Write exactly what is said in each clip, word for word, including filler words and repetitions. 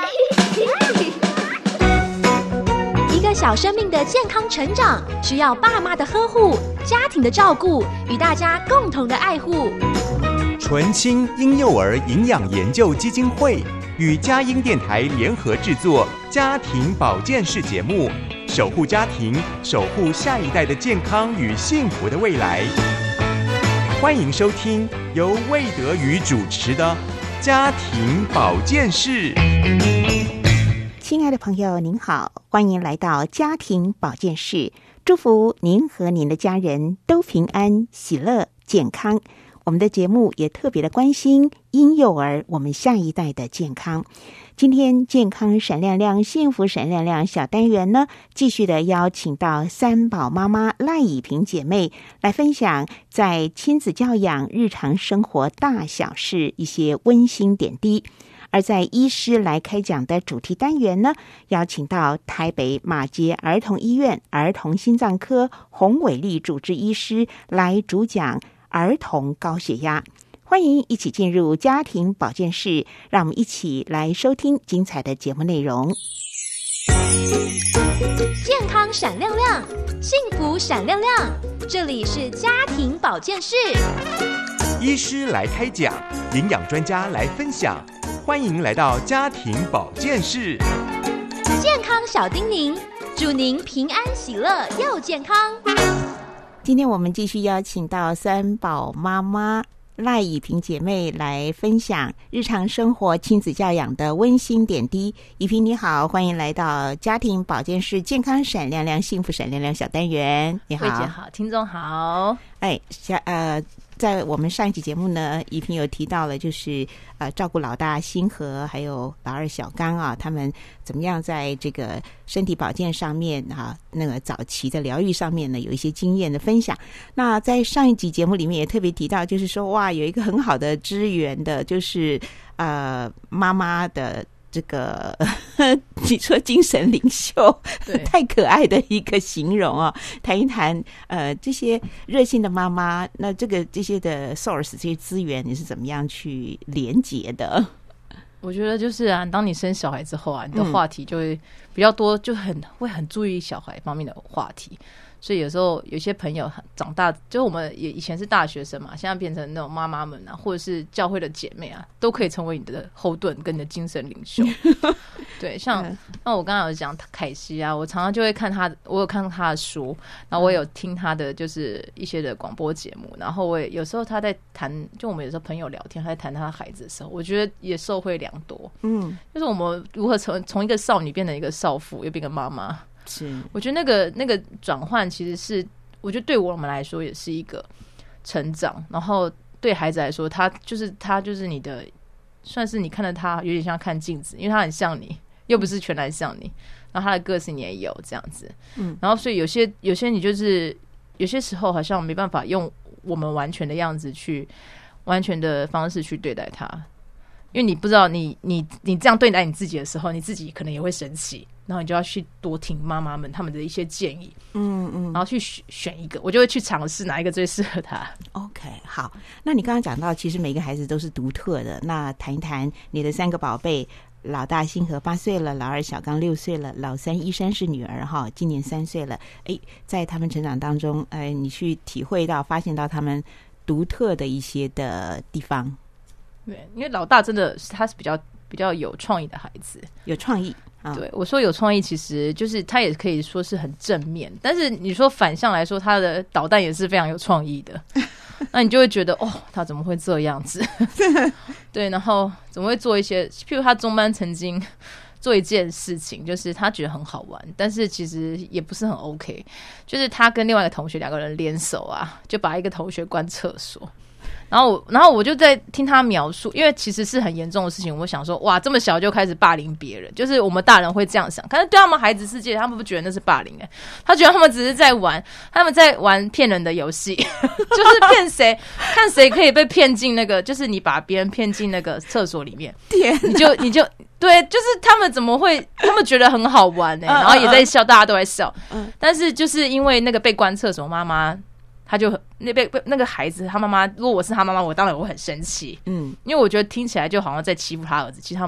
一个小生命的健康成长，需要爸妈的呵护、家庭的照顾与大家共同的爱护。 纯青婴幼儿营养研究基金会与佳音电台联合制作家庭保健室节目，守护家庭，守护下一代的健康与幸福的未来。欢迎收听由魏德瑜主持的家庭保健室。 亲爱的朋友您好，欢迎来到家庭保健室，祝福您和您的家人都平安喜乐健康。我们的节目也特别的关心婴幼儿，我们下一代的健康。今天健康闪亮亮，幸福闪亮亮小单元呢，继续的邀请到三宝妈妈赖以萍姐妹来分享在亲子教养日常生活大小事一些温馨点滴。而在医师来开讲的主题单元呢，邀请到台北马偕儿童医院儿童心脏科洪伟丽主治医师来主讲儿童高血压。欢迎一起进入家庭保健室，让我们一起来收听精彩的节目内容。 健康闪亮亮，幸福闪亮亮，这里是家庭保健室。 医师来开讲，营养专家来分享，欢迎来到家庭保健室。 健康小叮咛，祝您平安喜乐又健康。 今天我们继续邀请到三宝妈妈赖以萍姐妹来分享日常生活亲子教养的温馨点滴。以萍你好，欢迎来到家庭保健室健康闪亮亮幸福闪亮亮小单元。你好， 慧姐好，听众好。 哎，呃在我们上一期节目呢，怡萍有提到了，就是呃照顾老大星河还有老二小刚啊，他们怎么样在这个身体保健上面啊，那个早期的疗愈上面呢，有一些经验的分享。那在上一集节目里面也特别提到，就是说哇，有一个很好的支援的，就是呃妈妈的。这个你说精神领袖太可爱的一个形容啊！谈一谈呃这些热心的妈妈，那这个这些的 source 这些资源你是怎么样去连结的？ 我觉得就是啊，当你生小孩之后啊，你的话题就会比较多，就很会很注意小孩方面的话题。所以有时候有些朋友长大，就是我们也以前是大学生嘛，现在变成那种妈妈们啊，或者是教会的姐妹啊，都可以成为你的后盾跟你的精神领袖。对，像那我刚刚有讲凯西啊，我常常就会看他，我有看他的书，然后我有听他的就是一些的广播节目，然后我也有时候他在谈，就我们有时候朋友聊天，他在谈他的孩子的时候，我觉得也受惠良多。嗯，就是我们如何从从一个少女变成一个少妇，又变成妈妈。是，我觉得那个那个转换其实是，我觉得对我们来说也是一个成长，然后对孩子来说，他就是他就是你的，算是你看着他有点像看镜子，因为他很像你，又不是全然像你，然后他的个性你也有这样子，嗯，然后所以有些有些你就是有些时候好像没办法用我们完全的样子去完全的方式去对待他，因为你不知道你你你这样对待你自己的时候，你自己可能也会生气。然后你就要去多听妈妈们他们的一些建议，嗯嗯，然后去选一个，我就会去尝试哪一个最适合他。 OK， 好，那你刚刚讲到，其实每个孩子都是独特的。那谈一谈你的三个宝贝，老大星河八岁了，老二小刚六岁了，老三依珊是女儿哈，今年三岁了。哎，在他们成长当中，哎，你去体会到、发现到他们独特的一些的地方。 对，因为老大真的是他是比较比较有创意的孩子， 有创意。 对，我说有创意，其实就是他也可以说是很正面，但是你说反向来说，他的导弹也是非常有创意的。那你就会觉得哦，他怎么会这样子？对，然后怎么会做一些，譬如他中班曾经做一件事情，就是他觉得很好玩，但是其实也不是很 OK， 就是他跟另外一个同学两个人联手啊，就把一个同学关厕所。然后我，然后我就在听他描述，因为其实是很严重的事情。我想说，哇，这么小就开始霸凌别人，就是我们大人会这样想，可是对他们孩子世界，他们不觉得那是霸凌哎、欸，他觉得他们只是在玩，他们在玩骗人的游戏，就是骗谁，看谁可以被骗进那个，就是你把别人骗进那个厕所里面，你就你就对，就是他们怎么会，他们觉得很好玩哎、欸，然后也在笑，大家都在笑，但是就是因为那个被关厕所，妈妈。他就那被那个孩子，他妈妈，如果我是他妈妈，我当然我会很生气，嗯，因为我觉得听起来就好像在欺负他儿子，其实他们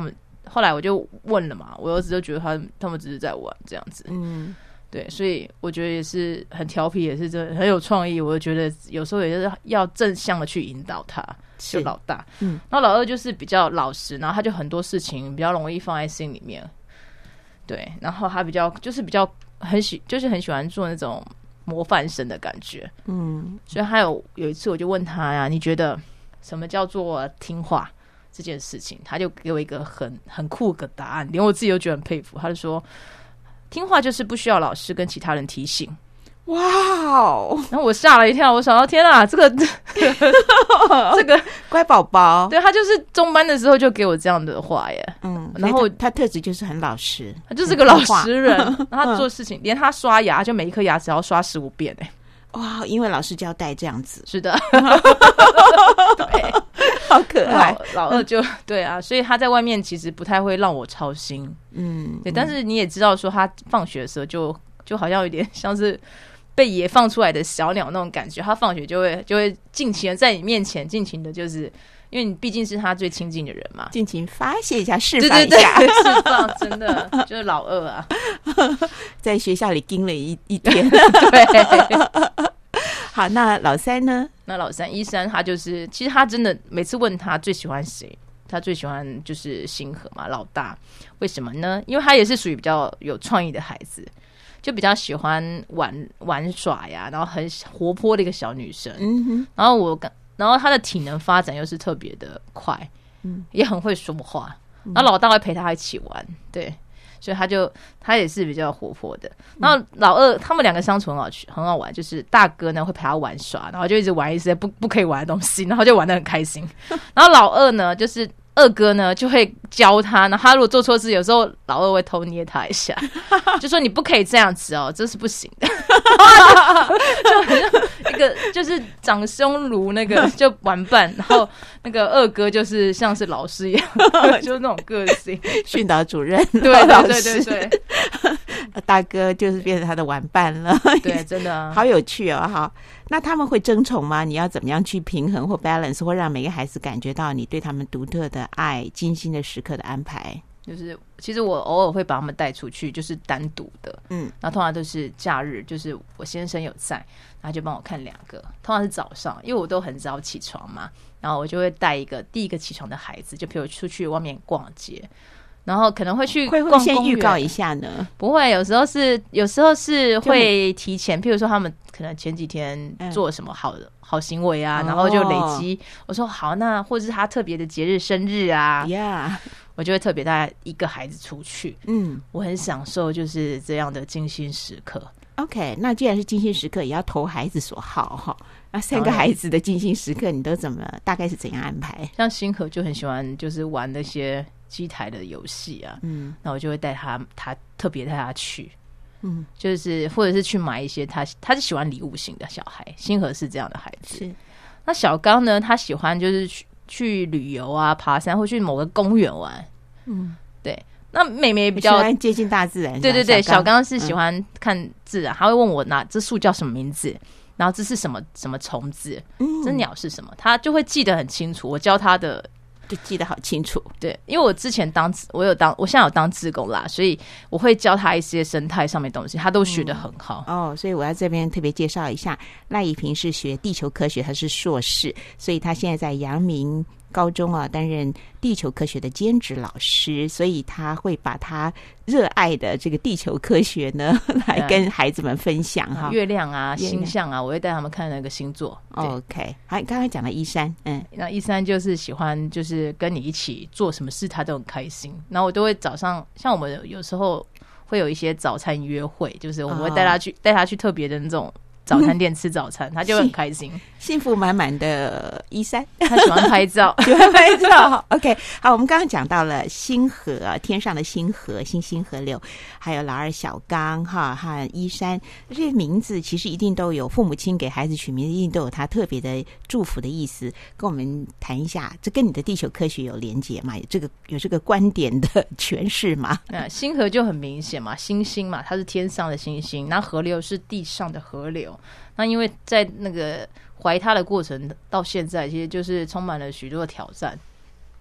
后来我就问了嘛，我儿子就觉得他他们只是在玩这样子，嗯，对，所以我觉得也是很调皮，也是真的很有创意。我就觉得有时候也是要正向的去引导他，就老大，嗯，然后老二就是比较老实，然后他就很多事情比较容易放在心里面，对，然后他比较就是比较很喜，就是很喜欢做那种模范生的感觉，嗯，所以还有有一次我就问他呀，你觉得什么叫做听话这件事情？他就给我一个很很酷的答案，连我自己都觉得很佩服。他就说，听话就是不需要老师跟其他人提醒。 哇哦！ 然后我吓了一跳，我想到天啊，这个这个乖宝宝， 对，他就是中班的时候就给我这样的话耶。 嗯，然后 他, 他特质就是很老实， 他就是个老实人。然后他做事情，连他刷牙，就每一颗牙齿要刷十五遍哎。 哇，因为老师交代这样子。 是的。 对，好可爱。 老, 老二就对啊，所以他在外面其实不太会让我操心。嗯，对。但是你也知道，说他放学的时候就就好像有点像是被野放出来的小鸟那种感觉，他放学就会就会尽情的在你面前尽情的，就是因为你毕竟是他最亲近的人嘛， 尽情发泄一下，释放一下， 对对对，释放，真的就是老二啊， 在学校里盯了一一天。 对。 好，那老三呢？ 那老三一三，他就是其实他真的每次问他最喜欢谁，他最喜欢就是星河嘛，老大。为什么呢？因为他也是属于比较有创意的孩子，就比较喜欢玩玩耍呀，然后很活泼的一个小女生。嗯哼，然后我然后他的体能发展又是特别的快，嗯，也很会说话。然后老大会陪他一起玩，对。所以他就他也是比较活泼的，然后老二他们两个相处很好很好玩，就是大哥呢会陪他玩耍，然后就一直玩一些不不可以玩的东西，然后就玩得很开心。然后老二呢，就是二哥呢就会教他，然后他如果做错事，有时候老二会偷捏他一下，就说你不可以这样子哦，这是不行的。就很像一个就是长兄如那个就玩伴，然后那个二哥就是像是老师一样，就是那种个性， 训导主任， 对对对对对， 大哥就是变成他的玩伴了。 对，真的、啊、 好有趣哦。好，那他们会争宠吗？你要怎么样去平衡或 balance， 或让每个孩子感觉到你对他们独特的爱、精心的时刻的安排？ 就是其实我偶尔会把他们带出去，就是单独的，嗯，然后通常都是假日，就是我先生有在，然后就帮我看两个，通常是早上，因为我都很早起床嘛，然后我就会带一个第一个起床的孩子，就陪我出去外面逛街，然后可能会去逛公园。会先预告一下呢？ 不会，有时候是有时候是会提前，譬如说他们可能前几天做什么好的、嗯、好行为啊，然后就累积。哦、我说好，那或者是他特别的节日生日啊， yeah. 我就会特别带一个孩子出去。嗯，我很享受就是这样的精心时刻。 OK， 那既然是精心时刻，也要投孩子所好哈。那三个孩子的精心时刻，你都怎么大概是怎样安排？ 像星河就很喜欢就是玩那些机台的游戏啊，嗯，那我就会带他，他特别带他去，嗯，就是或者是去买一些他他是喜欢礼物型的小孩，星河是这样的孩子。是，那小刚呢，他喜欢就是去去旅游啊，爬山或去某个公园玩，嗯，对。那妹妹比较喜欢接近大自然， 对对对，小刚是喜欢看自然，他、嗯、会问我哪这树叫什么名字，然后这是什么什么虫子，嗯，这鸟是什么，他就会记得很清楚。我教他的就记得好清楚， 对，因为我之前当我有当我现在有当志工啦，所以我会教他一些生态上面的东西，他都学得很好、 嗯、哦。所以我要这边特别介绍一下，赖怡萍是学地球科学，他是硕士，所以他现在在阳明高中啊担任地球科学的兼职老师，所以他会把他热爱的这个地球科学呢来跟孩子们分享哈、 嗯。月亮啊，星象啊，我会带他们看那个星座。 OK， 好，你刚才讲了一三，嗯， 那一三就是喜欢就是跟你一起做什么事他都很开心，然后我都会早上像我们有时候会有一些早餐约会，就是我们会带他去带、哦、他去特别的那种早餐店吃早餐、嗯、他就会很开心， 幸福满满的一三， 他喜欢拍照喜欢拍照OK， 好，我们刚刚讲到了星河，天上的星河，星星河流，还有老二小刚哈和一三，这些名字其实一定都有父母亲给孩子取名字一定都有他特别的祝福的意思，跟我们谈一下，这跟你的地球科学有连结吗？有这个有这个观点的诠释吗？ 那星河就很明显嘛，星星嘛，它是天上的星星，那河流是地上的河流，那因为在那个怀他的过程到现在，其实就是充满了许多的挑战。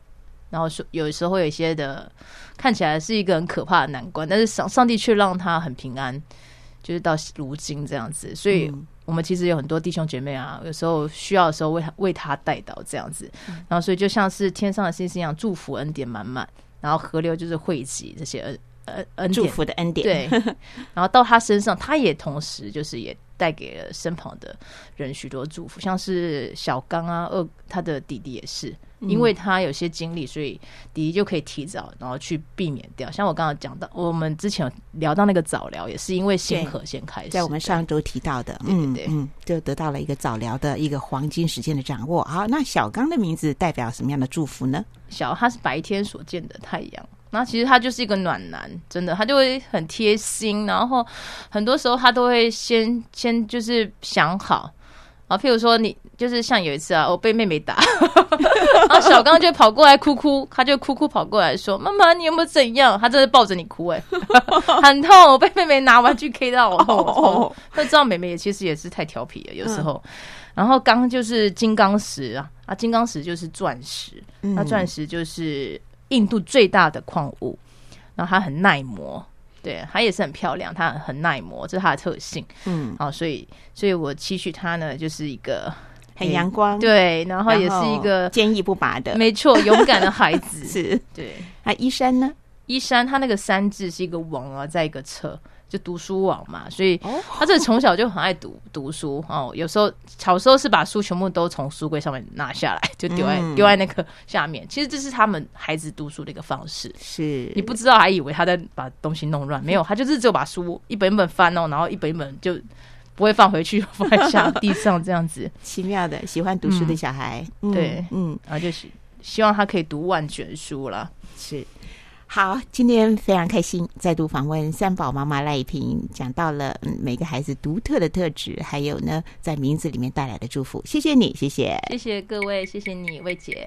然后有时候会有一些的看起来是一个很可怕的难关，但是上上帝却让他很平安，就是到如今这样子。所以我们其实有很多弟兄姐妹啊，有时候需要的时候为他为他代祷这样子，然后所以就像是天上的星星一样，祝福恩典满满，然后河流就是汇集这些恩恩恩典祝福的恩典， 对，然后到他身上，他也同时就是也带给了身旁的人许多祝福，像是小刚啊，二他的弟弟也是。因为他有些经历，所以弟弟就可以提早，然后去避免掉。像我刚刚讲到，我们之前有聊到那个早疗，也是因为先河先开始， 在我们上周提到的， 嗯，对， 嗯，就得到了一个早疗的一个黄金时间的掌握。好，那小刚的名字代表什么样的祝福呢？ 小他是白天所见的太阳，那其实他就是一个暖男，真的，他就会很贴心，然后很多时候他都会先先就是想好。啊，譬如说你就是像有一次啊，我被妹妹打，然后小刚就跑过来哭哭，他就哭哭跑过来说：“妈妈，你有没有怎样？”他真的抱着你哭、欸，哎，很痛，我被妹妹拿玩具 K 到我痛，痛。他知道妹妹也其实也是太调皮了，有时候。嗯、然后刚就是金刚石啊，啊，金刚石就是钻石，那钻石就是印度最大的矿物，然后它很耐磨。对，它也是很漂亮，它很耐磨，这是它的特性。嗯，啊，所以，所以我期许它呢，就是一个很阳光， 对，然后也是一个坚毅不拔的， 没错，勇敢的孩子。 是， 对。 啊，依山呢？ 依山，它那个山字是一个王啊，在一个侧。就读书网嘛，所以他这从小就很爱读读书哦。有时候小时候是把书全部都从书柜上面拿下来，就丢在丢、嗯、在那个下面。其实这是他们孩子读书的一个方式。 是你不知道还以为他在把东西弄乱，没有，他就是只有把书一本一本翻哦，然后一本一本就不会放回去，放在下地上这样子。 奇妙的，喜欢读书的小孩， 嗯、对，嗯，然后就是希望他可以读万卷书啦。 是。好，今天非常开心，再度访问三宝妈妈赖怡萍，讲到了、嗯、每个孩子独特的特质，还有呢在名字里面带来的祝福。谢谢你，谢谢， 谢谢各位，谢谢你，魏姐。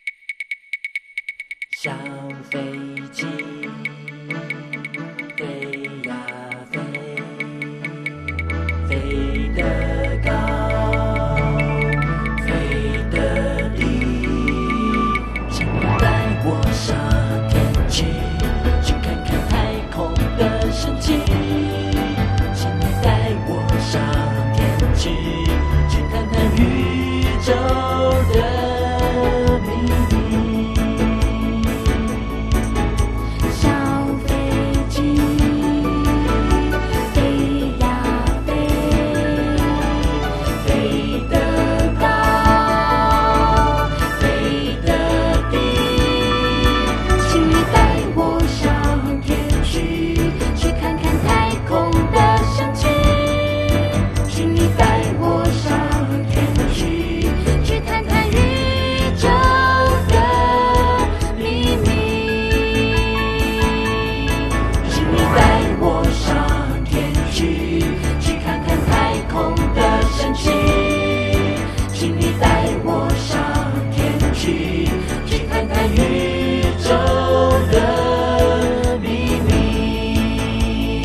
小飞机飞呀飞，飞得高，飞得低，请带我上去看看太空的神奇，请你带我上天去，去看看宇宙的秘密。小飞机飞呀飞，飞得高，飞得低，请你带我上天去，去看看太空的神奇，请你带我上天去，去看看宇宙的秘密，请你带我上天去，去看看太空的神奇，请你带我上天去，去看看宇宙的秘密。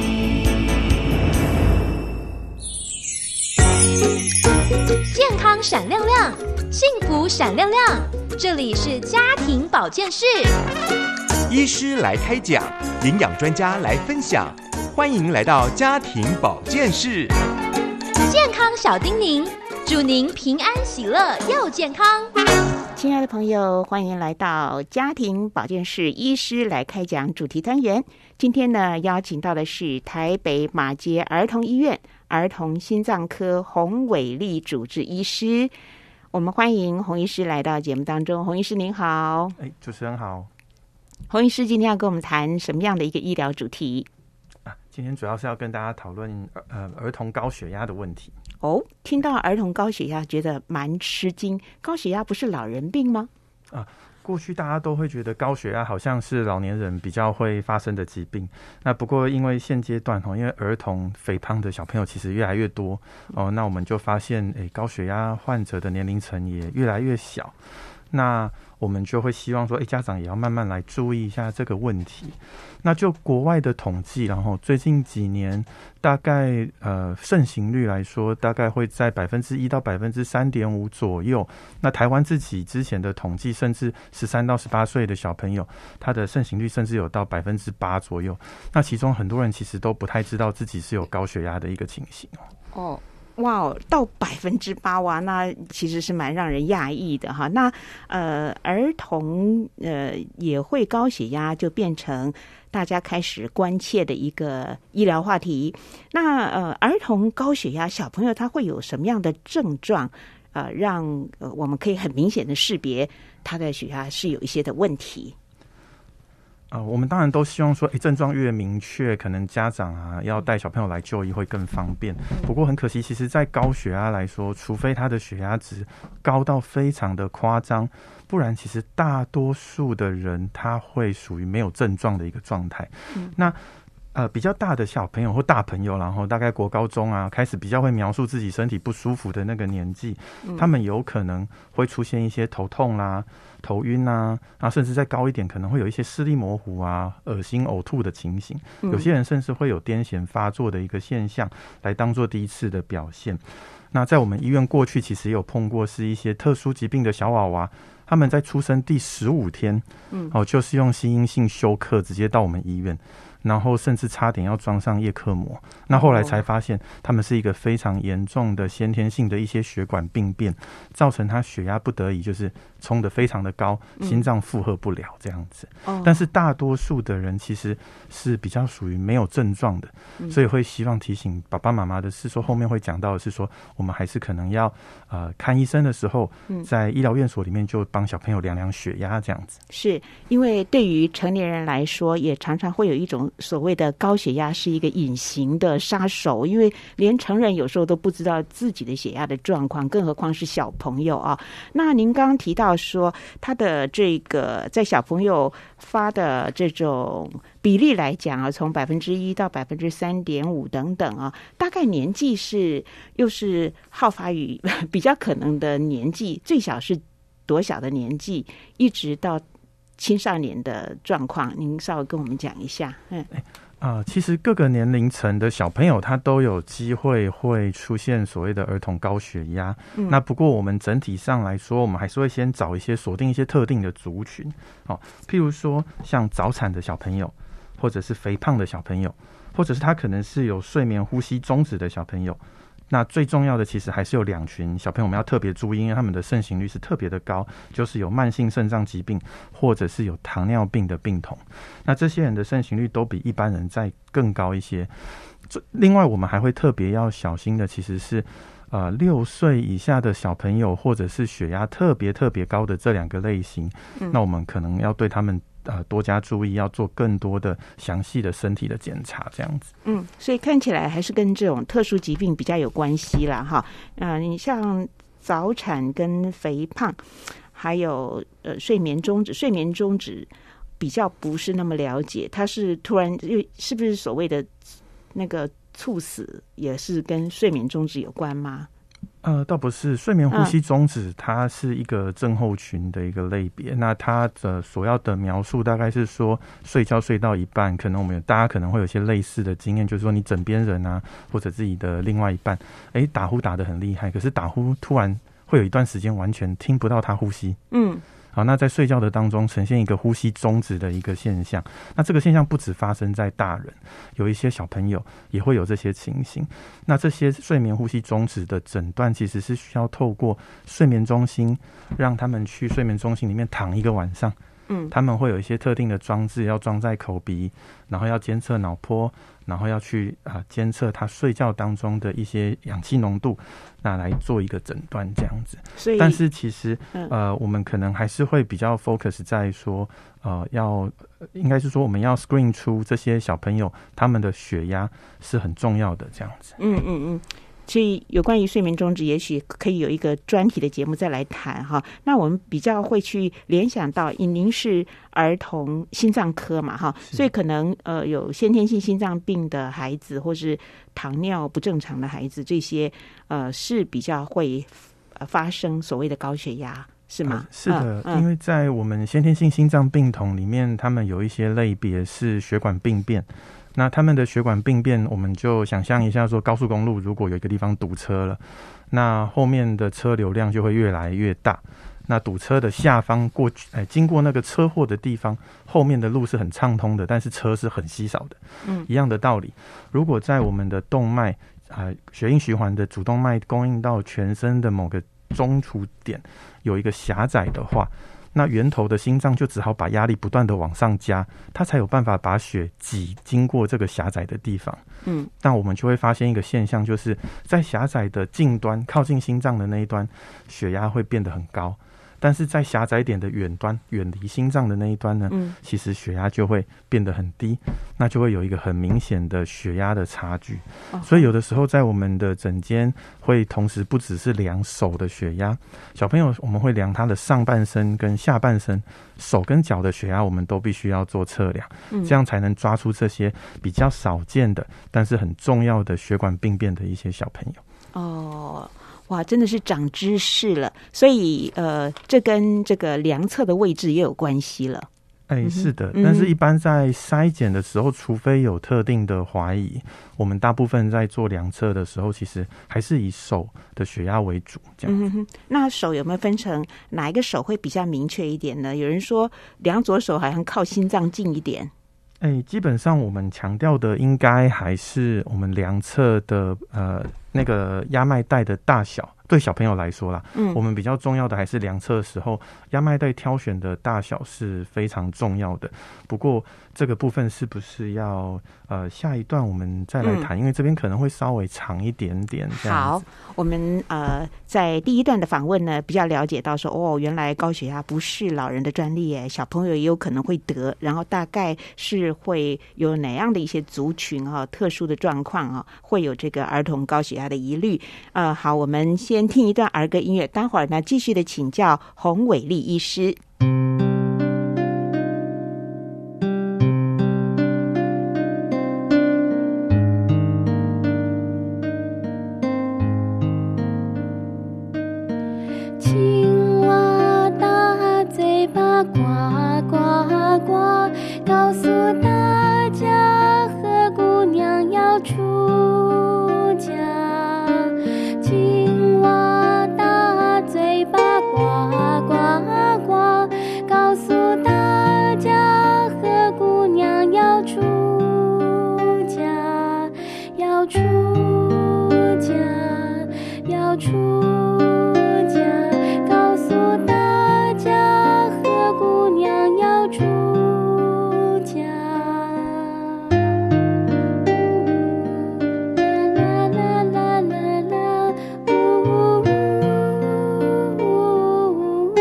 健康闪亮亮，幸福闪亮亮，这里是家庭保健室。 医师来开讲，营养专家来分享，欢迎来到家庭保健室。 健康小叮咛，祝您平安喜乐又健康。 亲爱的朋友，欢迎来到家庭保健室医师来开讲主题单元。今天呢，邀请到的是台北马偕儿童医院儿童心脏科洪伟丽主治医师。我们欢迎洪医师来到节目当中。洪医师您好。 哎，主持人好。 洪医师今天要跟我们谈什么样的一个医疗主题？ 啊，今天主要是要跟大家讨论呃儿童高血压的问题。 哦，听到儿童高血压觉得蛮吃惊，高血压不是老人病吗？ 啊，过去大家都会觉得高血压好像是老年人比较会发生的疾病。那不过因为现阶段因为儿童肥胖的小朋友其实越来越多哦，那我们就发现诶高血压患者的年龄层也越来越小。那我们就会希望说，哎，家长也要慢慢来注意一下这个问题。那就国外的统计，然后最近几年大概呃盛行率来说，大概会在百分之一到百分之三点五左右。那台湾自己之前的统计，甚至十三到十八岁的小朋友，他的盛行率甚至有到百分之八左右。那其中很多人其实都不太知道自己是有高血压的一个情形哦。 哦。哇，到百分之八哇，那其实是蛮让人讶异的哈。那呃，儿童呃也会高血压，就变成大家开始关切的一个医疗话题。那呃，儿童高血压小朋友他会有什么样的症状？呃，让呃我们可以很明显的识别他的血压是有一些的问题。 呃，我们当然都希望说，哎，症状越明确，可能家长啊要带小朋友来就医会更方便。不过很可惜，其实在高血压来说，除非他的血压值高到非常的夸张，不然其实大多数的人他会属于没有症状的一个状态。嗯、那呃，比较大的小朋友或大朋友，然后大概国高中啊，开始比较会描述自己身体不舒服的那个年纪，嗯、他们有可能会出现一些头痛啦、啊、头晕啊，然后甚至再高一点，可能会有一些视力模糊啊、恶心、呕吐的情形。有些人甚至会有癫痫发作的一个现象，来当做第一次的表现。那在我们医院过去，其实也有碰过是一些特殊疾病的小娃娃。他们在出生第十五天，嗯，哦，就是用心因性休克直接到我们医院，然后甚至差点要装上叶克膜。那后来才发现，他们是一个非常严重的先天性的一些血管病变，造成他血压不得已就是冲得非常的高，心脏负荷不了这样子。嗯、但是大多数的人其实是比较属于没有症状的，嗯、所以会希望提醒爸爸妈妈的是说，后面会讲到的是说，我们还是可能要呃看医生的时候，在医疗院所里面就帮小朋友量量血压这样子。 是因为对于成年人来说，也常常会有一种所谓的高血压是一个隐形的杀手，因为连成人有时候都不知道自己的血压的状况，更何况是小朋友啊。那您刚刚提到说，他的这个在小朋友发的这种比例来讲啊，从百分之一到百分之三点五等等啊，大概年纪是又是好发于比较可能的年纪，最小是多小的年纪，一直到青少年的状况，您稍微跟我们讲一下。嗯， 啊、呃，其实各个年龄层的小朋友他都有机会会出现所谓的儿童高血压。嗯、那不过我们整体上来说，我们还是会先找一些锁定一些特定的族群。哦，譬如说像早产的小朋友，或者是肥胖的小朋友，或者是他可能是有睡眠呼吸中止的小朋友。那最重要的其实还是有两群小朋友我们要特别注意，因为他们的盛行率是特别的高，就是有慢性肾脏疾病或者是有糖尿病的病童。那这些人的盛行率都比一般人再更高一些。另外我们还会特别要小心的其实是呃六岁以下的小朋友，或者是血压特别特别高的这两个类型。嗯、那我们可能要对他们呃，多加注意，要做更多的详细的身体的检查，这样子。 嗯，所以看起来还是跟这种特殊疾病比较有关系啦，哈。呃，你像早产跟肥胖，还有呃睡眠中止，睡眠中止比较不是那么了解，它是突然是不是所谓的那个猝死，也是跟睡眠中止有关吗？ 呃，倒不是，睡眠呼吸中止它是一个症候群的一个类别。嗯、那它的所要的描述大概是说，睡觉睡到一半，可能我们有大家可能会有一些类似的经验，就是说你枕边人啊，或者自己的另外一半，哎，打呼打得很厉害，可是打呼突然会有一段时间完全听不到他呼吸。嗯。好，那在睡觉的当中呈现一个呼吸中止的一个现象。那这个现象不只发生在大人，有一些小朋友也会有这些情形。那这些睡眠呼吸中止的诊断其实是需要透过睡眠中心，让他们去睡眠中心里面躺一个晚上。嗯，他们会有一些特定的装置要装在口鼻，然后要监测脑波，然后要去啊、呃、监测他睡觉当中的一些氧气浓度，那来做一个诊断这样子。所以，但是其实呃，我们可能还是会比较 focus 在说，呃，要应该是说我们要 screen 出这些小朋友他们的血压是很重要的这样子。 嗯嗯嗯。所以有关于睡眠中止，也许可以有一个专题的节目再来谈哈。那我们比较会去联想到，您是儿童心脏科嘛哈，所以可能呃有先天性心脏病的孩子，或是糖尿不正常的孩子，这些呃是比较会发生所谓的高血压， 是吗？ 呃、是的、 嗯， 因为在我们先天性心脏病统里面，他们有一些类别是血管病变。那他们的血管病变，我们就想象一下说，高速公路如果有一个地方堵车了，那后面的车流量就会越来越大。那堵车的下方过去，哎，经过那个车祸的地方，后面的路是很畅通的，但是车是很稀少的。嗯，一样的道理，如果在我们的动脉啊、呃、血液循环的主动脉供应到全身的某个中枢点有一个狭窄的话，那源头的心脏就只好把压力不断的往上加，它才有办法把血挤经过这个狭窄的地方。嗯，那我们就会发现一个现象，就是在狭窄的近端靠近心脏的那一端，血压会变得很高。但是在狭窄点的远端，远离心脏的那一端呢，嗯，其实血压就会变得很低，那就会有一个很明显的血压的差距。哦、所以有的时候在我们的诊间会同时不只是量手的血压，小朋友我们会量他的上半身跟下半身，手跟脚的血压我们都必须要做测量，嗯、这样才能抓出这些比较少见的但是很重要的血管病变的一些小朋友。 哦。哇，真的是长知识了，所以呃，这跟这个量测的位置也有关系了。 哎，是的，但是一般在筛检的时候，除非有特定的怀疑，我们大部分在做量测的时候，其实还是以手的血压为主。这样、嗯、 那手有没有分成哪一个手会比较明确一点呢？有人说量左手好像靠心脏近一点。 哎，基本上我们强调的应该还是我们量测的呃那个压脉带的大小。对小朋友来说啦，嗯，我们比较重要的还是量测的时候，压脉带挑选的大小是非常重要的。不过这个部分是不是要呃下一段我们再来谈？嗯、因为这边可能会稍微长一点点这样子。 好，我们呃在第一段的访问呢，比较了解到说，哦，原来高血压不是老人的专利耶，小朋友也有可能会得，然后大概是会有哪样的一些族群啊、哦，特殊的状况啊、哦，会有这个儿童高血压的疑虑。呃，好，我们先听一段儿歌音乐，待会儿呢继续的请教洪伟丽医师。 青蛙大嘴巴呱呱呱，告诉大家何姑娘要出嫁。青蛙大嘴巴呱呱呱，告诉大家何姑娘要出嫁，要出嫁，要出嫁，告诉大家何姑娘要出嫁。啦啦啦啦啦，呜呜呜。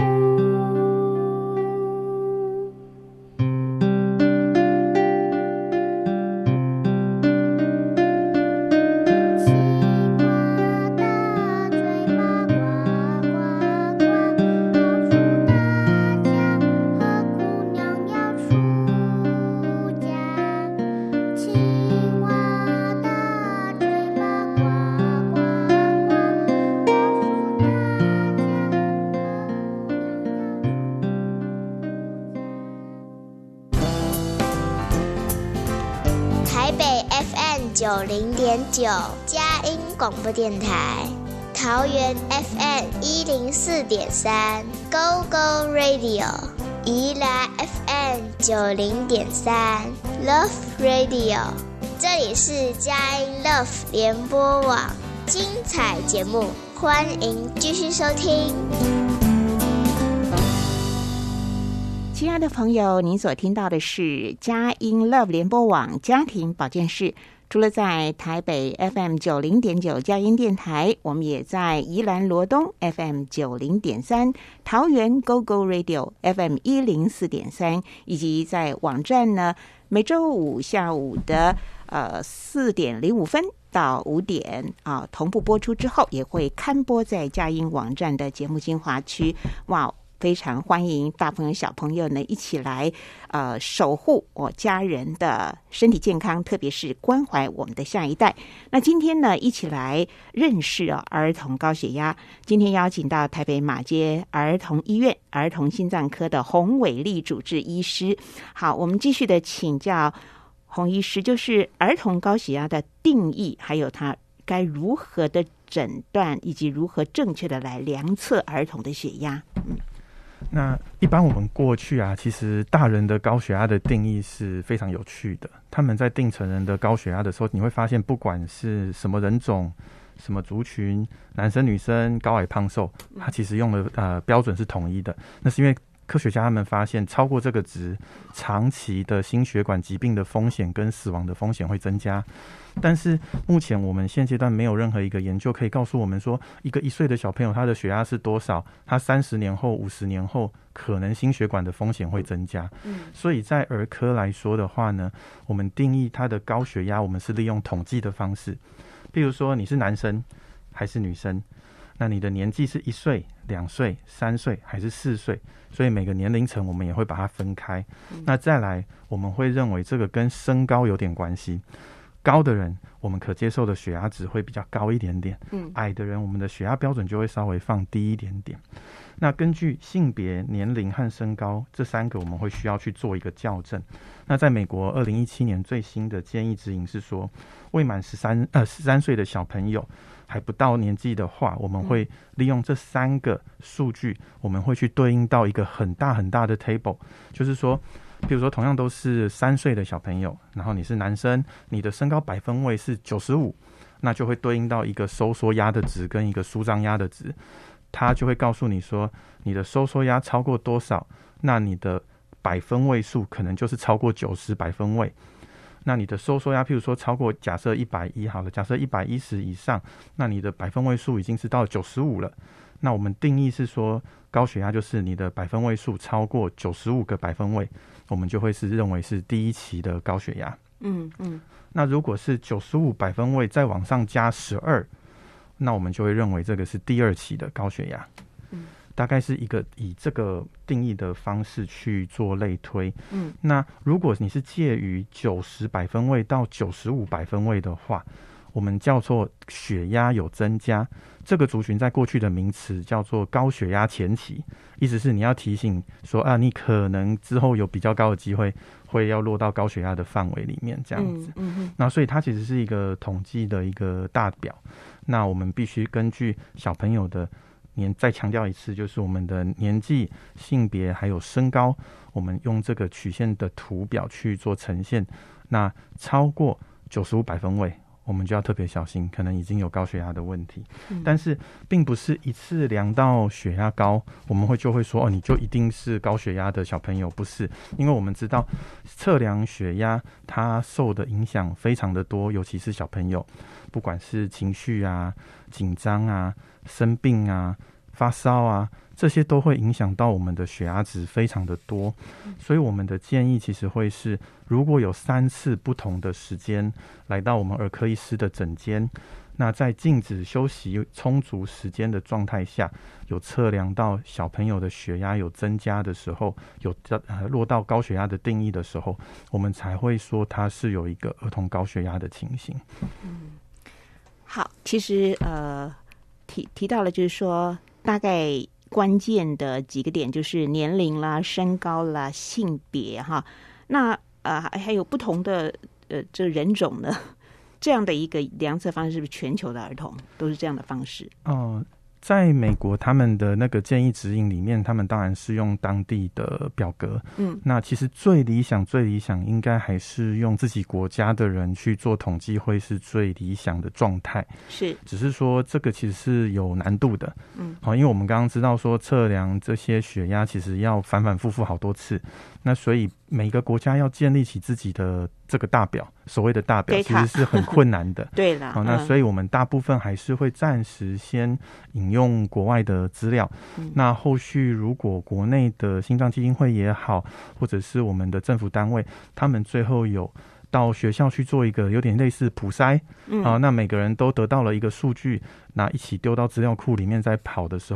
台北 F M 九零点九佳音广播电台，桃园 F M 一零四点三 Go Go Radio， 宜兰 F M 九零点三 Love Radio， 这里是佳音 Love 联播网，精彩节目，欢迎继续收听。 亲爱的朋友，您所听到的是佳音 Love 联播网家庭保健室。除了在台北 F M 九零点九佳音电台，我们也在宜兰罗东 F M 九零点三，桃园 Go Go Radio F M 一零四点三，以及在网站呢，每周五下午的呃四点零五分到五点啊，同步播出之后，也会刊播在佳音网站的节目精华区。哇！ 非常欢迎大朋友小朋友呢一起来呃守护我家人的身体健康，特别是关怀我们的下一代。那今天呢，一起来认识啊儿童高血压。今天邀请到台北马街儿童医院儿童心脏科的洪伟丽主治医师。好，我们继续的请教洪医师，就是儿童高血压的定义，还有它该如何的诊断，以及如何正确的来量测儿童的血压。嗯， 那一般我们过去啊，其实大人的高血压的定义是非常有趣的。他们在定成人的高血压的时候，你会发现不管是什么人种、什么族群，男生女生、高矮胖瘦，它其实用的呃标准是统一的。那是因为科学家他们发现，超过这个值，长期的心血管疾病的风险跟死亡的风险会增加。但是目前我们现阶段没有任何一个研究可以告诉我们说，一个一岁的小朋友他的血压是多少，他三十年后、五十年后可能心血管的风险会增加。嗯，所以在儿科来说的话呢，我们定义他的高血压，我们是利用统计的方式。比如说你是男生还是女生，那你的年纪是一岁、两岁、三岁还是四岁？所以每个年龄层我们也会把它分开。嗯、那再来，我们会认为这个跟身高有点关系。高的人，我们可接受的血压值会比较高一点点。嗯，矮的人，我们的血压标准就会稍微放低一点点。那根据性别、年龄和身高这三个，我们会需要去做一个校正。那在美国二零一七年最新的建议指引是说，未满十三呃十三岁的小朋友还不到年纪的话，我们会利用这三个数据，我们会去对应到一个很大很大的 table， 就是说，比如说同样都是三岁的小朋友，然后你是男生，你的身高百分位是九十五，那就会对应到一个收缩压的值跟一个舒张压的值，它就会告诉你说，你的收缩压超过多少，那你的百分位数可能就是超过九十百分位。那你的收缩压，譬如说超过假设一百一好了，假设一百一十以上，那你的百分位数已经是到九十五了。那我们定义是说，高血压就是你的百分位数超过九十五个百分位，我们就会是认为是第一期的高血压。嗯嗯。那如果是九十五百分位再往上加十二，那我们就会认为这个是第二期的高血压。嗯。大概是一个以这个定义的方式去做类推。嗯，那如果你是介于九十百分位到九十五百分位的话，我们叫做血压有增加。这个族群在过去的名词叫做高血压前期，意思是你要提醒说啊，你可能之后有比较高的机会会要落到高血压的范围里面，这样子。嗯嗯。那所以它其实是一个统计的一个大表。那我们必须根据小朋友的年，再强调一次，就是我们的年纪、性别还有身高，我们用这个曲线的图表去做呈现。那超过九十五百分位，我们就要特别小心，可能已经有高血压的问题。嗯、但是并不是一次量到血压高，我们会就会说哦，你就一定是高血压的小朋友，不是？因为我们知道测量血压它受的影响非常的多，尤其是小朋友，不管是情绪啊、紧张啊、生病啊、发烧啊，这些都会影响到我们的血压值非常的多。所以我们的建议其实会是，如果有三次不同的时间来到我们儿科医师的诊间，那在静止休息充足时间的状态下，有测量到小朋友的血压有增加的时候，有呃落到高血压的定义的时候，我们才会说它是有一个儿童高血压的情形。 嗯，好，其实呃提提到了，就是说大概关键的几个点，就是年龄啦、身高啦、性别哈。那呃还有不同的呃这人种呢，这样的一个量测方式，是不是全球的儿童都是这样的方式？ 哦、呃，在美国他们的那个建议指引里面，他们当然是用当地的表格。嗯，那其实最理想、最理想应该还是用自己国家的人去做统计，会是最理想的状态。是，只是说这个其实是有难度的。嗯，好，因为我们刚刚知道说测量这些血压其实要反反复复好多次，那所以每个国家要建立起自己的这个大表，所谓的大表其实是很困难的。对啦，好，那所以我们大部分还是会暂时先引用国外的资料。嗯、那后续如果国内的心脏基金会也好，或者是我们的政府单位，他们最后有到学校去做一个有点类似普筛，嗯、啊，那每个人都得到了一个数据，那一起丢到资料库里面在跑的时候，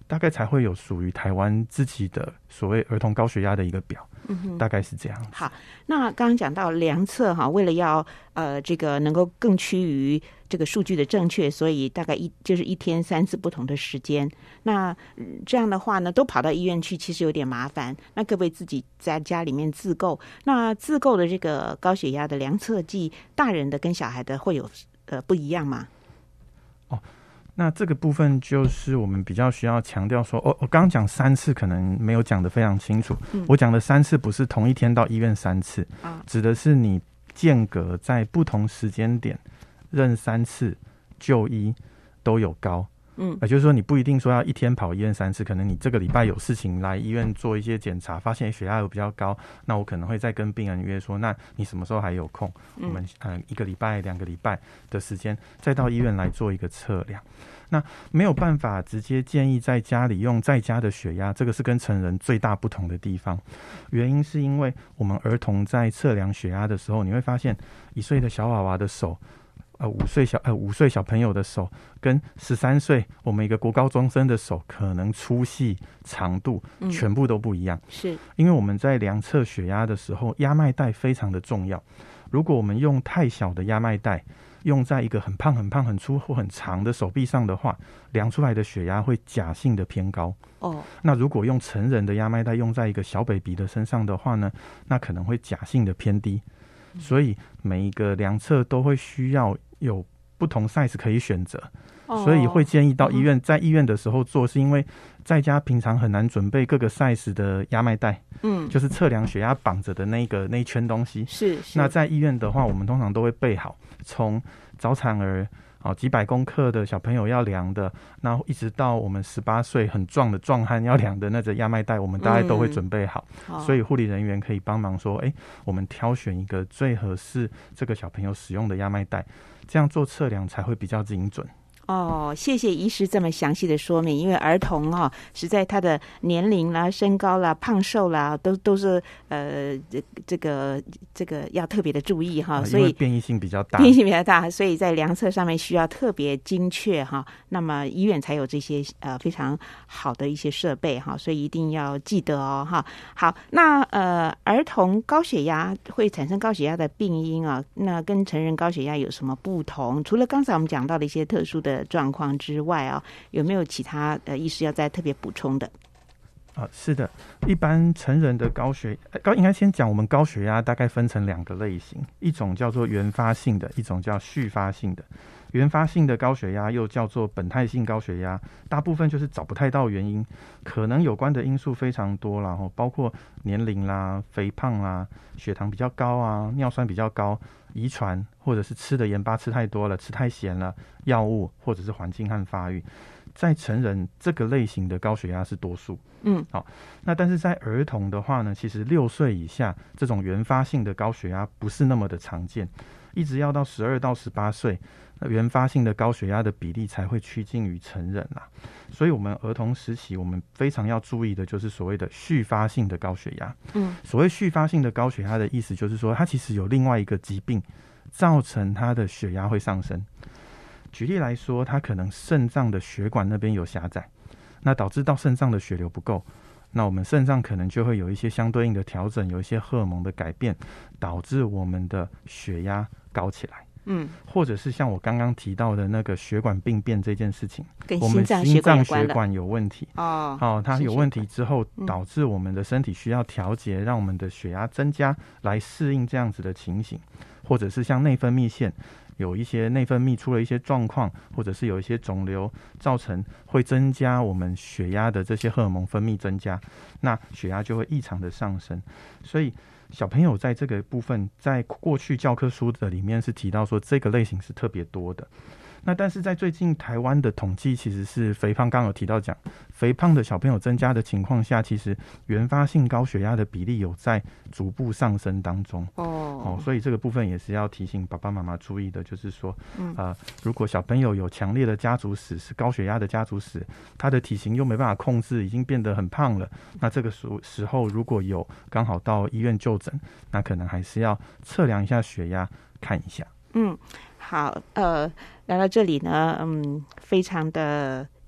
大概才会有属于台湾自己的所谓儿童高血压的一个表。嗯哼，大概是这样子。 好，那刚刚讲到量测哈，为了要呃这个能够更趋于这个数据的正确，所以大概一就是一天三次不同的时间。那、嗯、这样的话呢，都跑到医院去，其实有点麻烦。那可不可以自己在家里面自购？那自购的这个高血压的量测剂，大人的跟小孩的会有呃不一样吗？ 哦。那这个部分就是我们比较需要强调说，哦，我刚刚讲三次可能没有讲得非常清楚。嗯、我讲的三次不是同一天到医院三次，啊、指的是你间隔在不同时间点任三次就医都有高。嗯，也就是说你不一定说要一天跑医院三次，可能你这个礼拜有事情来医院做一些检查，发现血压有比较高，那我可能会再跟病人约说，那你什么时候还有空？嗯、我们呃一个礼拜、两个礼拜的时间，再到医院来做一个测量。那没有办法直接建议在家里用在家的血压，这个是跟成人最大不同的地方。原因是因为我们儿童在测量血压的时候，你会发现一岁的小娃娃的手。呃，五岁小呃五岁小朋友的手跟十三岁我们一个国高中生的手，可能粗细、长度全部都不一样。嗯、是，因为我们在量测血压的时候，压脉带非常的重要。如果我们用太小的压脉带，用在一个很胖、很胖、很粗或很长的手臂上的话，量出来的血压会假性的偏高。哦，那如果用成人的压脉带用在一个小 baby 的身上的话呢，那可能会假性的偏低。所以每一个量测都会需要有不同 size 可以选择，哦、所以会建议到医院，嗯、在医院的时候做，是因为在家平常很难准备各个 size 的压脉带，嗯，就是测量血压绑着的那个那一圈东西。是，是。那在医院的话，我们通常都会备好，从早产儿。哦，几百公克的小朋友要量的，那一直到我们十八岁很壮的壮汉要量的那个压脉带，我们大概都会准备好，嗯、所以护理人员可以帮忙说，哎，我们挑选一个最合适这个小朋友使用的压脉带，这样做测量才会比较精准。 哦，谢谢医师这么详细的说明，因为儿童哦，实在他的年龄啦、身高啦、胖瘦啦，都都是呃这这个这个要特别的注意哈，所以变异性比较大， 变异性比较大，所以在量测上面需要特别精确哈。那么医院才有这些呃非常好的一些设备哈，所以一定要记得哦哈。好，那呃儿童高血压会产生高血压的病因啊，那跟成人高血压有什么不同？除了刚才我们讲到的一些特殊的状况之外啊，有没有其他呃医师要再特别补充的？ 啊，是的，一般成人的高血高应该先讲，我们高血压大概分成两个类型，一种叫做原发性的，一种叫续发性的。原发性的高血压又叫做本态性高血压，大部分就是找不太到原因，可能有关的因素非常多啦，包括年龄啦、肥胖啦、血糖比较高啊、尿酸比较高、遗传，或者是吃的盐巴吃太多了、吃太咸了、药物或者是环境和发育。在成人这个类型的高血压是多数，嗯，好，那但是在儿童的话呢，其实六岁以下这种原发性的高血压不是那么的常见，一直要到十二到十八岁，那原发性的高血压的比例才会趋近于成人啦。所以我们儿童时期我们非常要注意的就是所谓的续发性的高血压，嗯，所谓续发性的高血压的意思就是说，它其实有另外一个疾病造成它的血压会上升。举例来说，它可能肾脏的血管那边有狭窄，那导致到肾脏的血流不够，那我们肾脏可能就会有一些相对应的调整，有一些荷尔蒙的改变，导致我们的血压高起来。嗯，或者是像我刚刚提到的那个血管病变这件事情， 跟我们心脏血管有问题哦， 哦，它有问题之后，导致我们的身体需要调节，让我们的血压增加，来适应这样子的情形，或者是像内分泌腺。有一些内分泌出了一些状况，或者是有一些肿瘤造成会增加我们血压的这些荷尔蒙分泌增加，那血压就会异常的上升。所以小朋友在这个部分，在过去教科书的里面是提到说这个类型是特别多的。那但是在最近台湾的统计其实是肥胖，刚刚有提到讲肥胖的小朋友增加的情况下，其实原发性高血压的比例有在逐步上升当中。哦，哦，所以这个部分也是要提醒爸爸妈妈注意的，就是说，嗯、呃，如果小朋友有强烈的家族史，是高血压的家族史，他的体型又没办法控制，已经变得很胖了，那这个时候如果有刚好到医院就诊，那可能还是要测量一下血压，看一下。 嗯，好，呃，来到这里呢，嗯，非常的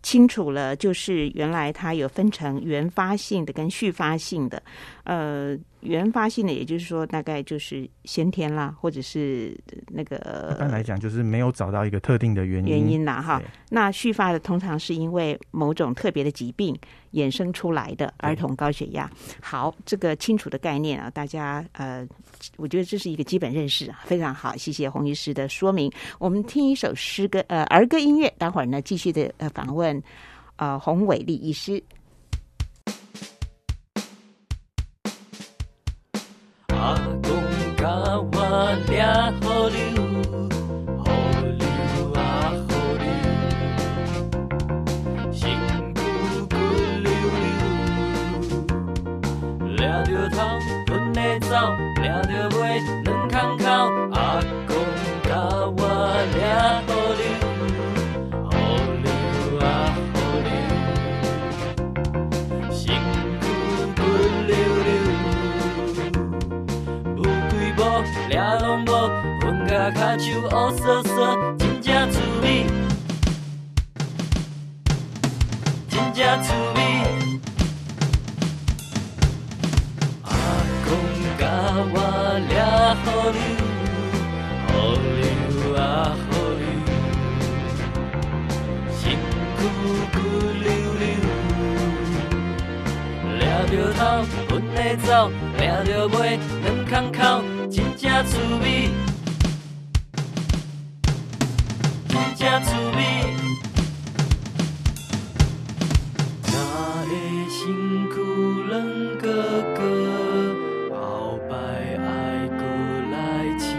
清楚了，就是原来它有分成原发性的跟续发性的。呃，原发性的也就是说大概就是先天啦，或者是那个一般来讲就是没有找到一个特定的原因原因啦哈。那续发的通常是因为某种特别的疾病衍生出来的儿童高血压。好，这个清楚的概念啊，大家呃，我觉得这是一个基本认识啊，非常好，谢谢洪医师的说明。我们听一首诗歌呃儿歌音乐，待会儿呢继续的呃访问呃洪伟丽医师。 阿公甲我抓河流，河流啊河流，身躯骨溜溜，抓着头吞的走，抓着尾两空口。阿公甲我抓河流，河流啊河流，身躯骨溜溜。抓拢无，分甲骹手乌索索，真正趣味，真正趣味。阿公甲我抓河流，河流啊河流，身躯骨溜溜，抓着头，分的走，抓着尾，两空口。真正趣味，真正趣味。咱的身躯软哥哥，后摆爱过来佚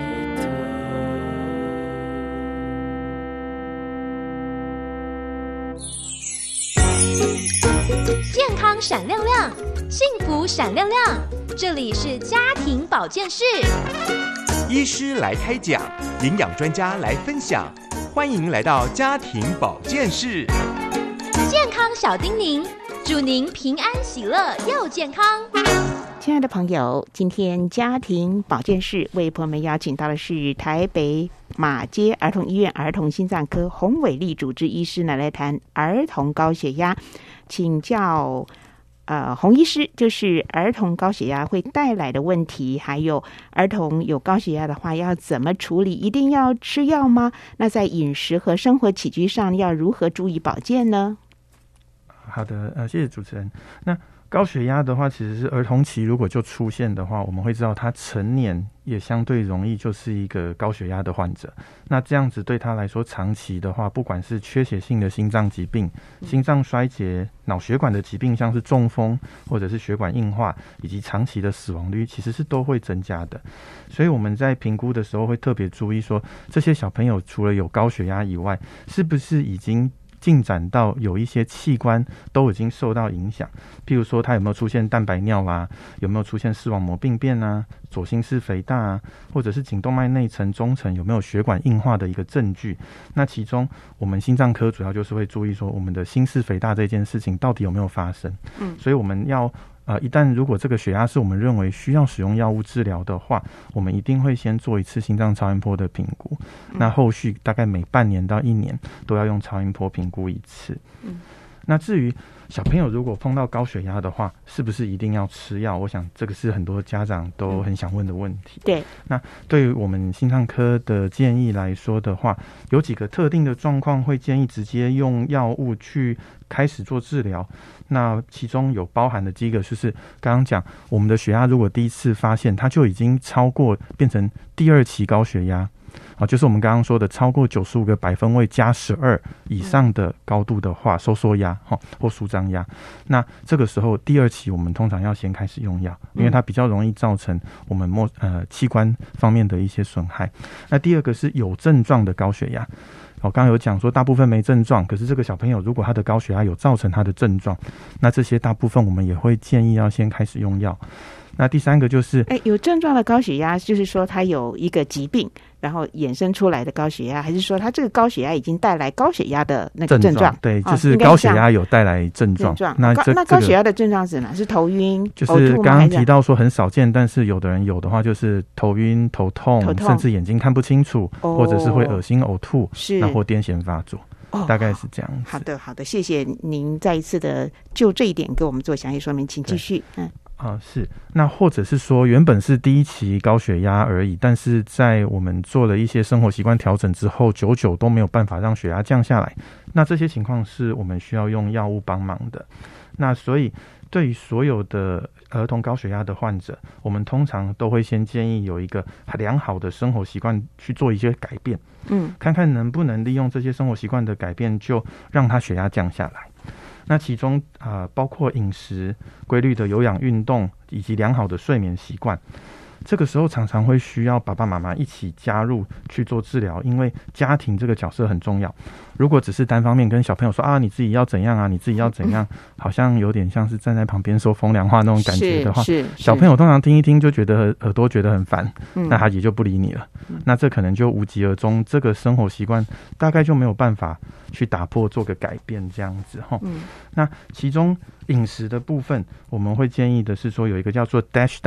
佗。健康闪亮亮，幸福闪亮亮。这里是家庭保健室， 医师来开讲，营养专家来分享，欢迎来到家庭保健室。 健康小叮咛，祝您平安喜乐又健康。 亲爱的朋友，今天家庭保健室为朋友们邀请到的是台北马街儿童医院儿童心脏科洪伟丽主治医师呢，来谈儿童高血压，请教呃，洪医师，就是儿童高血压会带来的问题，还有儿童有高血压的话要怎么处理？一定要吃药吗？那在饮食和生活起居上要如何注意保健呢？ 好的，呃，谢谢主持人。那高血压的话，其实是儿童期如果就出现的话，我们会知道他成年也相对容易就是一个高血压的患者。那这样子对他来说，长期的话，不管是缺血性的心脏疾病、心脏衰竭、脑血管的疾病，像是中风或者是血管硬化，以及长期的死亡率，其实是都会增加的。所以我们在评估的时候会特别注意说，这些小朋友除了有高血压以外，是不是已经进展到有一些器官都已经受到影响，譬如说他有没有出现蛋白尿啊，有没有出现视网膜病变啊，左心室肥大啊，或者是颈动脉内层、中层有没有血管硬化的一个证据。那其中我们心脏科主要就是会注意说，我们的心室肥大这件事情到底有没有发生。嗯，所以我们要呃，一旦如果这个血压是我们认为需要使用药物治疗的话，我们一定会先做一次心脏超音波的评估。嗯、那后续大概每半年到一年都要用超音波评估一次。嗯，那至于小朋友如果碰到高血压的话，是不是一定要吃药？我想这个是很多家长都很想问的问题。 对， 那对于我们心脏科的建议来说的话，有几个特定的状况会建议直接用药物去开始做治疗。那其中有包含的第一个就是刚刚讲，我们的血压如果第一次发现它就已经超过变成第二期高血压啊，就是我们刚刚说的超过九十五个百分位加十二以上的高度的话，收缩压哈或舒张压，那这个时候第二期我们通常要先开始用药，因为它比较容易造成我们末呃器官方面的一些损害。那第二个是有症状的高血压。我刚刚有讲说大部分没症状，可是这个小朋友如果他的高血压有造成他的症状，那这些大部分我们也会建议要先开始用药。那第三个就是， 哎，有症状的高血压，就是说他有一个疾病，然后衍生出来的高血压，还是说他这个高血压已经带来高血压的那个症状？ 对，就是高血压有带来症状。 症状那这那高血压的症状是哪？是头晕、 就是刚刚提到说很少见，但是有的人有的话就是头晕、头痛，头痛甚至眼睛看不清楚，哦、或者是会恶心、呕吐，是那或癫痫发作。 哦， 大概是这样子。 好的，好的，谢谢您再一次的就这一点给我们做详细说明，请继续。嗯。 啊、呃，是，那或者是说，原本是第一期高血压而已，但是在我们做了一些生活习惯调整之后，久久都没有办法让血压降下来。那这些情况是我们需要用药物帮忙的。那所以，对于所有的儿童高血压的患者，我们通常都会先建议有一个良好的生活习惯去做一些改变，嗯，看看能不能利用这些生活习惯的改变，就让他血压降下来。那其中啊、呃，包括饮食、规律的有氧运动以及良好的睡眠习惯。这个时候常常会需要爸爸妈妈一起加入去做治疗，因为家庭这个角色很重要。如果只是单方面跟小朋友说啊，你自己要怎样啊，你自己要怎样，好像有点像是站在旁边说风凉话那种感觉的话， 是是小朋友通常听一听就觉得耳朵觉得很烦，嗯、那他也就不理你了。嗯、那这可能就无疾而终，这个生活习惯大概就没有办法去打破，做个改变这样子哈。嗯、那其中饮食的部分，我们会建议的是说有一个叫做 Dash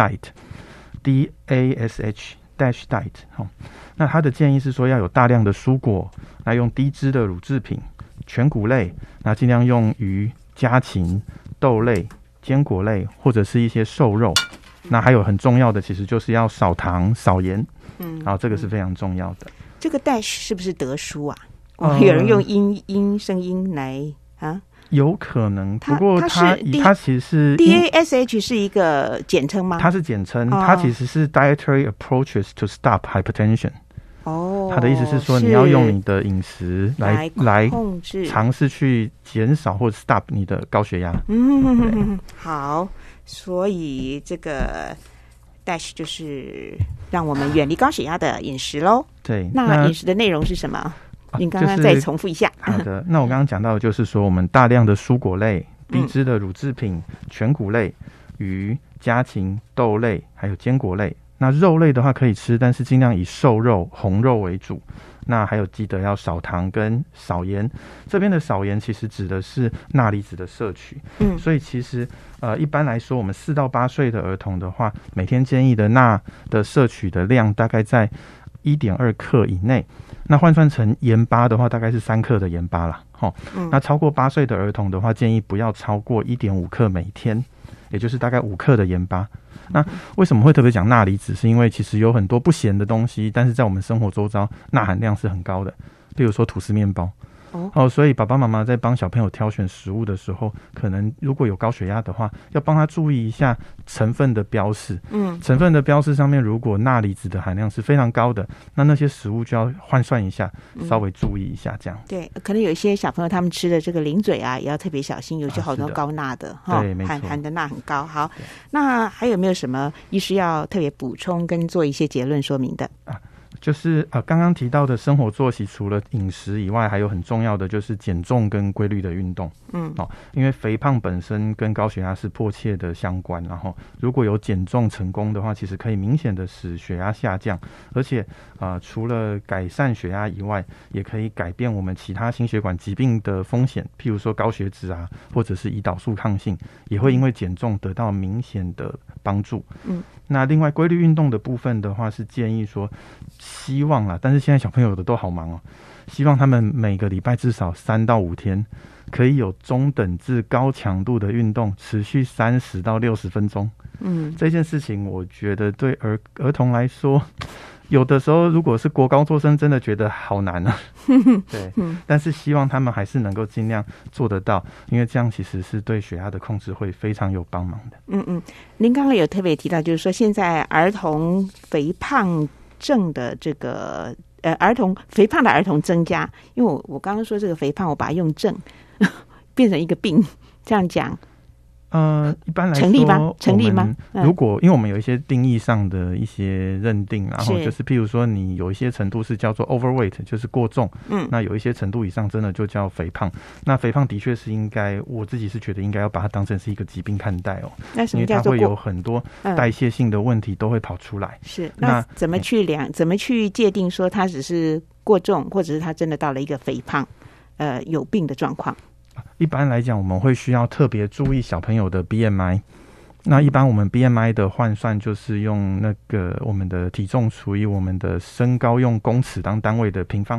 Diet。D A S H Dash Diet， 哦，那他的建议是说要有大量的蔬果，那用低脂的乳制品、全谷类，那尽量用鱼、家禽、豆类、坚果类或者是一些瘦肉。那还有很重要的，其实就是要少糖、少盐，嗯，然后这个是非常重要的。 这个 Dash 是不是德叔啊？哦，有人用音音声音来啊？ 有可能，不过它它其实是 D A S H 是一个简称吗？ 它是简称，哦、它其实是 Dietary Approaches to Stop Hypertension。哦，它的意思是说你要用你的饮食来来控制， 尝试去减少或者 stop 你的高血压。 嗯，好，所以这个 Dash 就是让我们远离高血压的饮食喽。 对， 那饮食的内容是什么？您刚刚再重复一下。 就是、好的，那我刚刚讲到的就是说，我们大量的蔬果类、低脂的乳制品、全谷类、鱼、家禽、豆类，还有坚果类。那肉类的话可以吃，但是尽量以瘦肉、红肉为主。那还有记得要少糖跟少盐。这边的少盐其实指的是钠离子的摄取。嗯，所以其实呃一般来说，我们四到八岁的儿童的话，每天建议的钠的摄取的量大概在一点二克以内。那换算成盐巴的话，大概是三克的盐巴啦。齁，嗯、那超过八岁的儿童的话，建议不要超过一点五克每天，也就是大概五克的盐巴。那为什么会特别讲钠离子？是因为其实有很多不咸的东西，但是在我们生活周遭钠含量是很高的，比如说吐司面包。哦，所以爸爸妈妈在帮小朋友挑选食物的时候，可能如果有高血压的话，要帮他注意一下成分的标示。嗯，成分的标示上面如果钠离子的含量是非常高的，那那些食物就要换算一下，稍微注意一下这样。 嗯、对，可能有一些小朋友他们吃的这个零嘴啊，也要特别小心，有些好多高钠的哈、 啊，对， 含含的钠很高。好，那还有没有什么医师要特别补充跟做一些结论说明的啊？ 就是呃，刚刚提到的生活作息，除了饮食以外，还有很重要的就是减重跟规律的运动。嗯，哦，因为肥胖本身跟高血压是迫切的相关，然后如果有减重成功的话，其实可以明显的使血压下降，而且啊、呃，除了改善血压以外，也可以改变我们其他心血管疾病的风险，譬如说高血脂啊，或者是胰岛素抗性，也会因为减重得到明显的帮助。嗯，那另外规律运动的部分的话，是建议说。希望啦，但是现在小朋友的都好忙哦。希望他们每个礼拜至少三到五天，可以有中等至高强度的运动，持续三十到六十分钟。嗯，这件事情我觉得对儿儿童来说，有的时候如果是国高中生，真的觉得好难啊。对，但是希望他们还是能够尽量做得到，因为这样其实是对血压的控制会非常有帮忙的。 嗯嗯，您刚刚有特别提到，就是说现在儿童肥胖症的这个呃儿童肥胖的儿童增加，因为我我刚刚说这个肥胖，我把它用症变成一个病，这样讲。 呃，一般来说成立吗？成立吗？ 如果因为我们有一些定义上的一些认定，然后就是譬如说你有一些程度是叫做 overweight， 就是过重，嗯，那有一些程度以上真的就叫肥胖。那肥胖的确是应该，我自己是觉得应该要把它当成是一个疾病看待哦。 那什么叫做过？ 因为它会有很多代谢性的问题都会跑出来。 嗯、是，那怎么去量？怎么去界定说它只是过重，或者是它真的到了一个肥胖，呃，有病的状况？ 一般来讲，我们会需要特别注意小朋友的 B M I。那一般我们 B M I 的换算就是用那个我们的体重除以我们的身高，用公尺当单位的平方。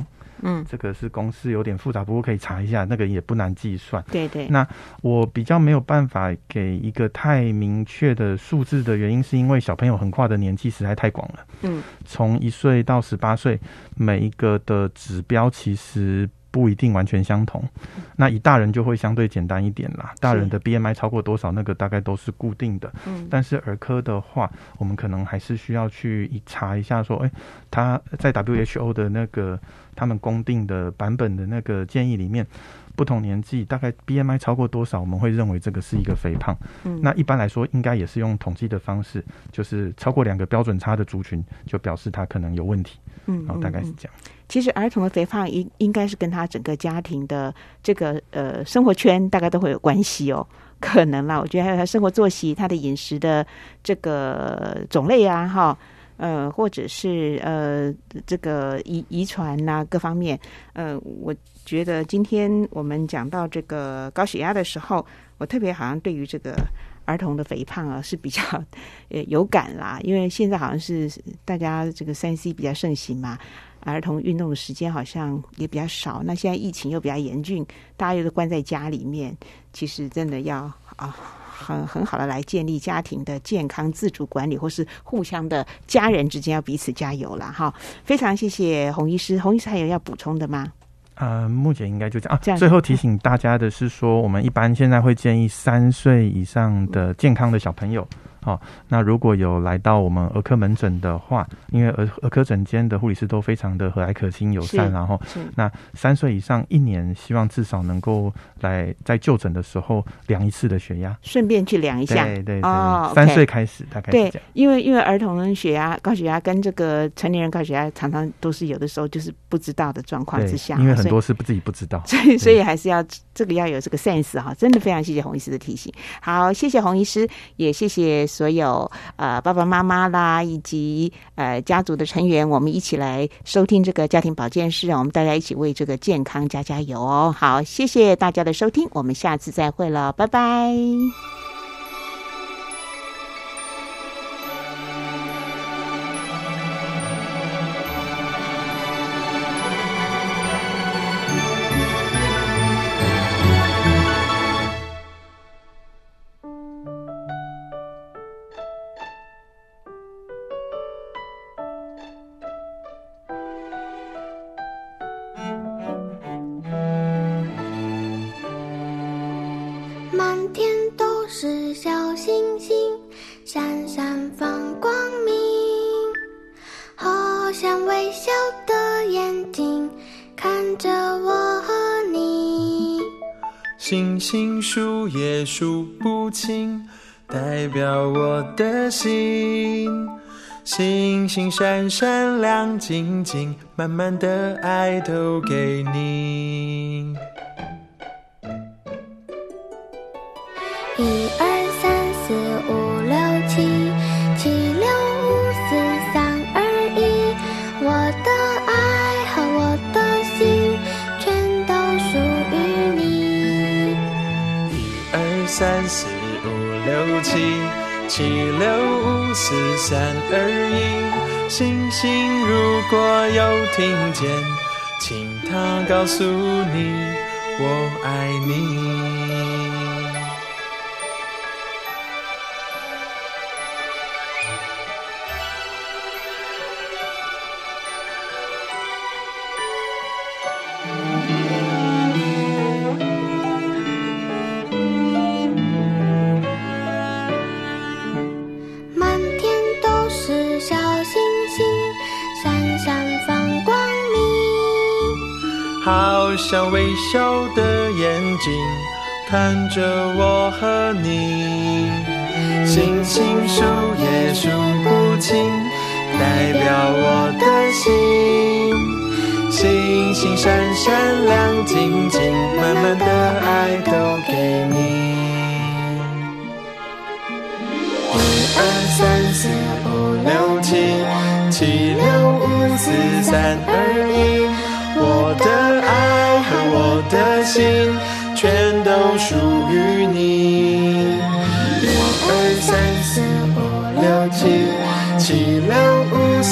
嗯，这个是公式有点复杂，不过可以查一下，那个也不难计算。 对对。 那我比较没有办法给一个太明确的数字的原因，是因为小朋友横跨的年纪实在太广了。嗯，从一岁到十八岁，每一个的指标其实不一定完全相同。那以大人就会相对简单一点啦，大人的 B M I 超过多少，那个大概都是固定的。嗯，但是儿科的话，我们可能还是需要去查一下说，哎、欸，他在 W H O 的那个他们公定的版本的那个建议里面，不同年纪大概 B M I 超过多少，我们会认为这个是一个肥胖。嗯，那一般来说，应该也是用统计的方式，就是超过两个标准差的族群，就表示他可能有问题。嗯，然后大概是这样。 其实儿童的肥胖应应该是跟他整个家庭的这个呃生活圈大概都会有关系哦，可能啦。我觉得还有他生活作息、他的饮食的这个种类啊，哈，呃，或者是呃这个遗遗传呐各方面。呃，我觉得今天我们讲到这个高血压的时候，我特别好像对于这个儿童的肥胖啊是比较呃有感啦，因为现在好像是大家这个三 C 比较盛行嘛，儿童运动的时间好像也比较少。那现在疫情又比较严峻，大家又都关在家里面，其实真的要啊很很好的来建立家庭的健康自主管理，或是互相的家人之间要彼此加油啦哈。非常谢谢洪医师，洪医师还有要补充的吗？ 呃，目前应该就这样啊。这样最后提醒大家的是说，我们一般现在会建议三岁以上的健康的小朋友。好、哦，那如果有来到我们儿科门诊的话，因为儿儿科诊间的护理师都非常的和蔼可亲友善，然后那三岁以上一年，希望至少能够来在就诊的时候量一次的血压， 顺便去量一下。 对对对，哦、三岁开始大概是这样。 对，因为因为儿童的血压高血压跟这个成年人高血压常常都是有的时候就是不知道的状况之下， 因为很多是不自己不知道， 所以所以还是要这个要有这个 sense 哈。真的非常谢谢洪医师的提醒。好，谢谢洪医师，也谢谢所有呃爸爸妈妈啦，以及呃家族的成员，我们一起来收听这个家庭保健室，让我们大家一起为这个健康加加油哦。好，谢谢大家的收听，我们下次再会了，拜拜。 星星数也数不清，代表我的心。星星闪闪亮晶晶，满满的爱都给你。 一二三四五六七，七六五四三二一，我的爱和我的心全都属于你。 一二三四五六七，七六五四三二一，星星如果有听见，请它告诉你我爱你。好像微笑的眼睛看着我和你，星星数也数不清，代表我的心。星星闪闪亮晶晶，满满的爱都给你。一二三四五六七，七六五四三二一，我的爱和我的心全都属于你。一二三四五六七，七六五四